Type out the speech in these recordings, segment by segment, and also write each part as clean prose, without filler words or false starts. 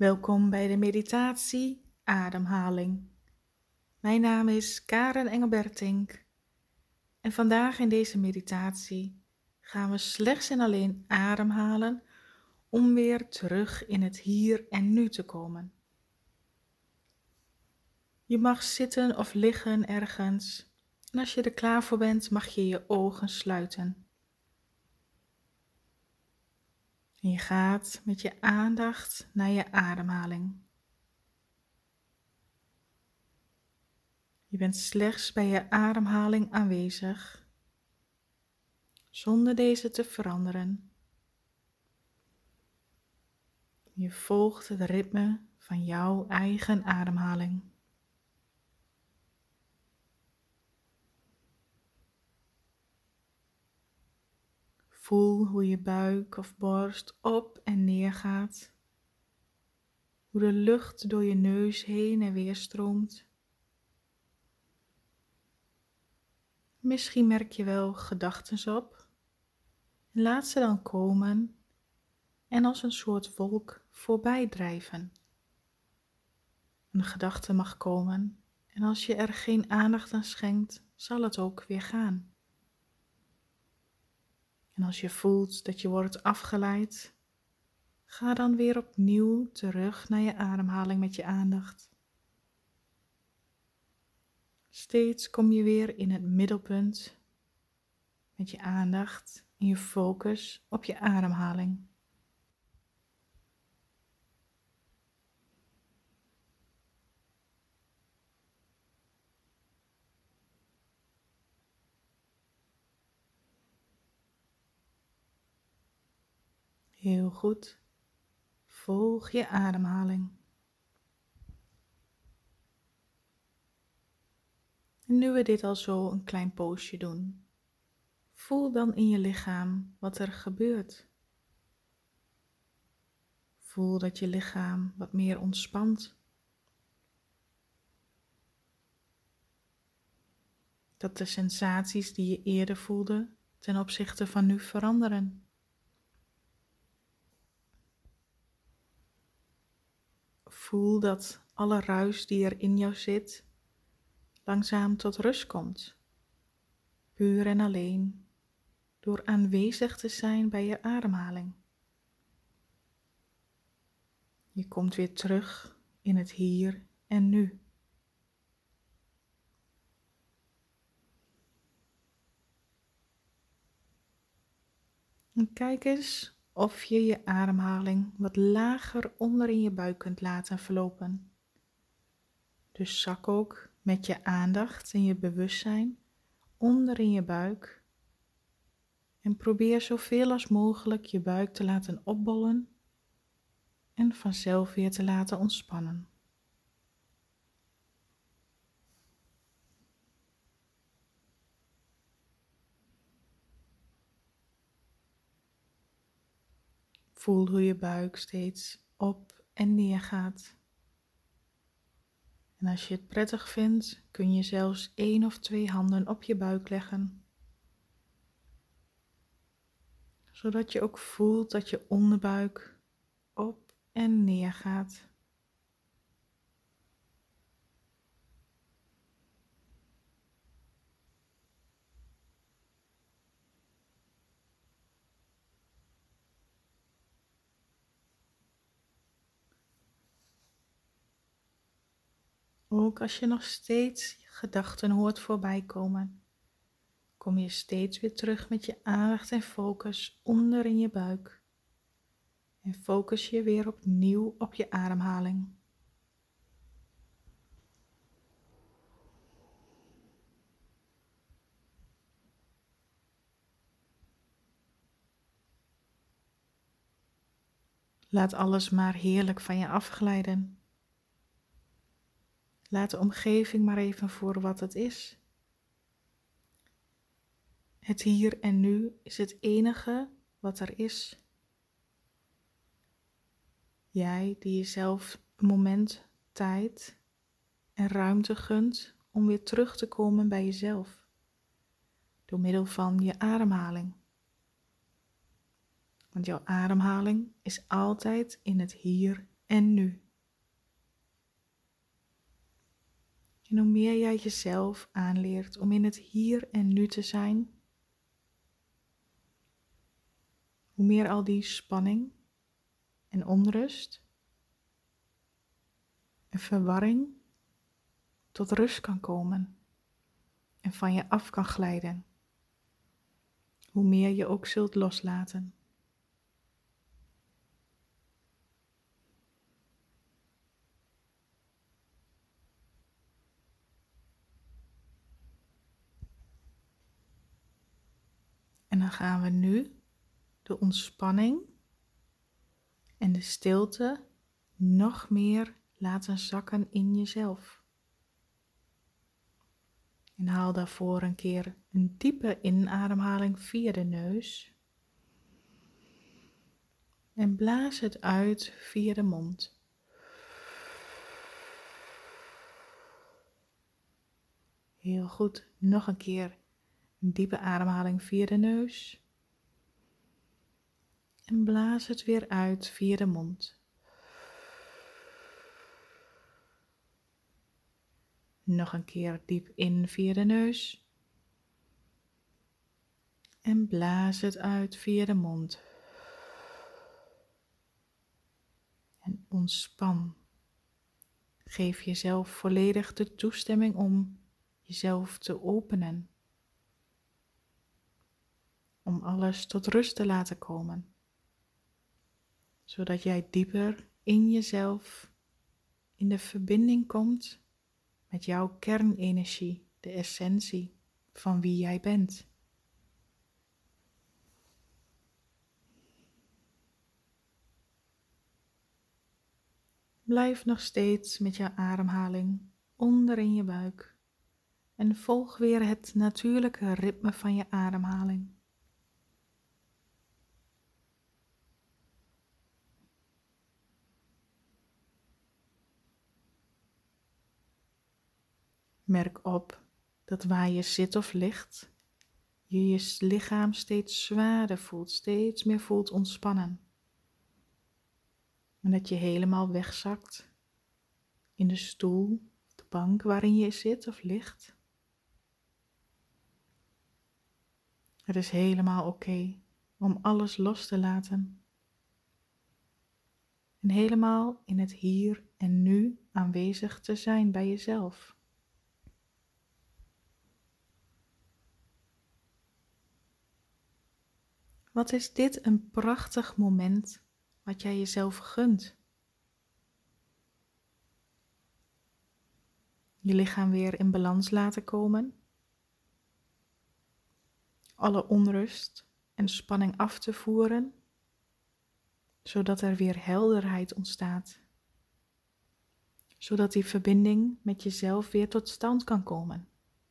Welkom bij de meditatie Ademhaling. Mijn naam is Karen Engelbertink en vandaag in deze meditatie gaan we slechts en alleen ademhalen om weer terug in het hier en nu te komen. Je mag zitten of liggen ergens en als je er klaar voor bent mag je je ogen sluiten. En je gaat met je aandacht naar je ademhaling. Je bent slechts bij je ademhaling aanwezig, zonder deze te veranderen. Je volgt het ritme van jouw eigen ademhaling. Voel hoe je buik of borst op en neer gaat, hoe de lucht door je neus heen en weer stroomt. Misschien merk je wel gedachten op. Laat ze dan komen en als een soort wolk voorbij drijven. Een gedachte mag komen en als je er geen aandacht aan schenkt, zal het ook weer gaan. En als je voelt dat je wordt afgeleid, ga dan weer opnieuw terug naar je ademhaling met je aandacht. Steeds kom je weer in het middelpunt met je aandacht en je focus op je ademhaling. Heel goed. Volg je ademhaling. En nu we dit al zo een klein poosje doen, voel dan in je lichaam wat er gebeurt. Voel dat je lichaam wat meer ontspant. Dat de sensaties die je eerder voelde ten opzichte van nu veranderen. Voel dat alle ruis die er in jou zit langzaam tot rust komt. Puur en alleen door aanwezig te zijn bij je ademhaling. Je komt weer terug in het hier en nu. En kijk eens of je je ademhaling wat lager onder in je buik kunt laten verlopen. Dus zak ook met je aandacht en je bewustzijn onder in je buik. En probeer zoveel als mogelijk je buik te laten opbollen en vanzelf weer te laten ontspannen. Voel hoe je buik steeds op en neer gaat. En als je het prettig vindt, kun je zelfs 1 of 2 handen op je buik leggen. Zodat je ook voelt dat je onderbuik op en neer gaat. Ook als je nog steeds gedachten hoort voorbij komen, kom je steeds weer terug met je aandacht en focus onder in je buik. En focus je weer opnieuw op je ademhaling. Laat alles maar heerlijk van je afglijden. Laat de omgeving maar even voor wat het is. Het hier en nu is het enige wat er is. Jij die jezelf een moment, tijd en ruimte gunt om weer terug te komen bij jezelf. Door middel van je ademhaling. Want jouw ademhaling is altijd in het hier en nu. En hoe meer jij jezelf aanleert om in het hier en nu te zijn, hoe meer al die spanning en onrust en verwarring tot rust kan komen en van je af kan glijden, hoe meer je ook zult loslaten. En dan gaan we nu de ontspanning en de stilte nog meer laten zakken in jezelf. En haal daarvoor een keer een diepe inademhaling via de neus. En blaas het uit via de mond. Heel goed, nog een keer een diepe ademhaling via de neus. En blaas het weer uit via de mond. Nog een keer diep in via de neus. En blaas het uit via de mond. En ontspan. Geef jezelf volledig de toestemming om jezelf te openen. Om alles tot rust te laten komen. Zodat jij dieper in jezelf in de verbinding komt met jouw kernenergie, de essentie van wie jij bent. Blijf nog steeds met jouw ademhaling onder in je buik en volg weer het natuurlijke ritme van je ademhaling. Merk op dat waar je zit of ligt, je lichaam steeds zwaarder voelt, steeds meer voelt ontspannen. En dat je helemaal wegzakt in de stoel of de bank waarin je zit of ligt. Het is helemaal oké om alles los te laten. En helemaal in het hier en nu aanwezig te zijn bij jezelf. Wat is dit een prachtig moment wat jij jezelf gunt. Je lichaam weer in balans laten komen. Alle onrust en spanning af te voeren, zodat er weer helderheid ontstaat. Zodat die verbinding met jezelf weer tot stand kan komen.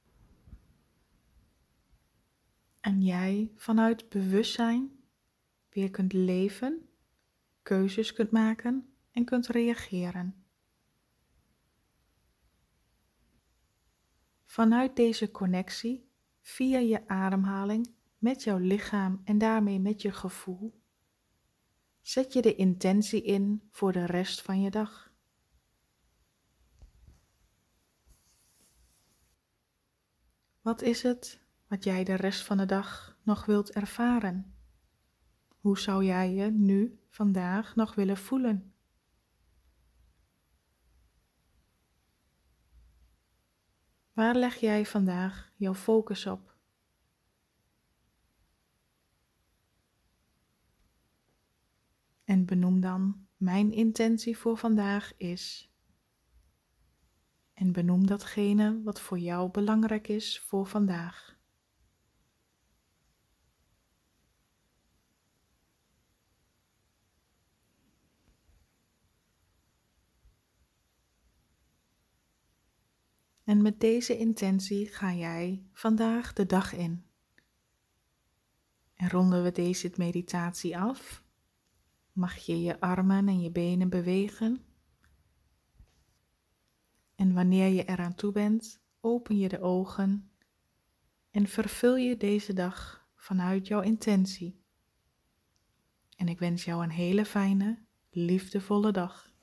En jij vanuit bewustzijn weer kunt leven, keuzes kunt maken en kunt reageren. Vanuit deze connectie, via je ademhaling, met jouw lichaam en daarmee met je gevoel, zet je de intentie in voor de rest van je dag. Wat is het wat jij de rest van de dag nog wilt ervaren? Hoe zou jij je nu, vandaag, nog willen voelen? Waar leg jij vandaag jouw focus op? En benoem dan: mijn intentie voor vandaag is. En benoem datgene wat voor jou belangrijk is voor vandaag. En met deze intentie ga jij vandaag de dag in. En ronden we deze meditatie af, mag je je armen en je benen bewegen. En wanneer je eraan toe bent, open je de ogen en vervul je deze dag vanuit jouw intentie. En ik wens jou een hele fijne, liefdevolle dag.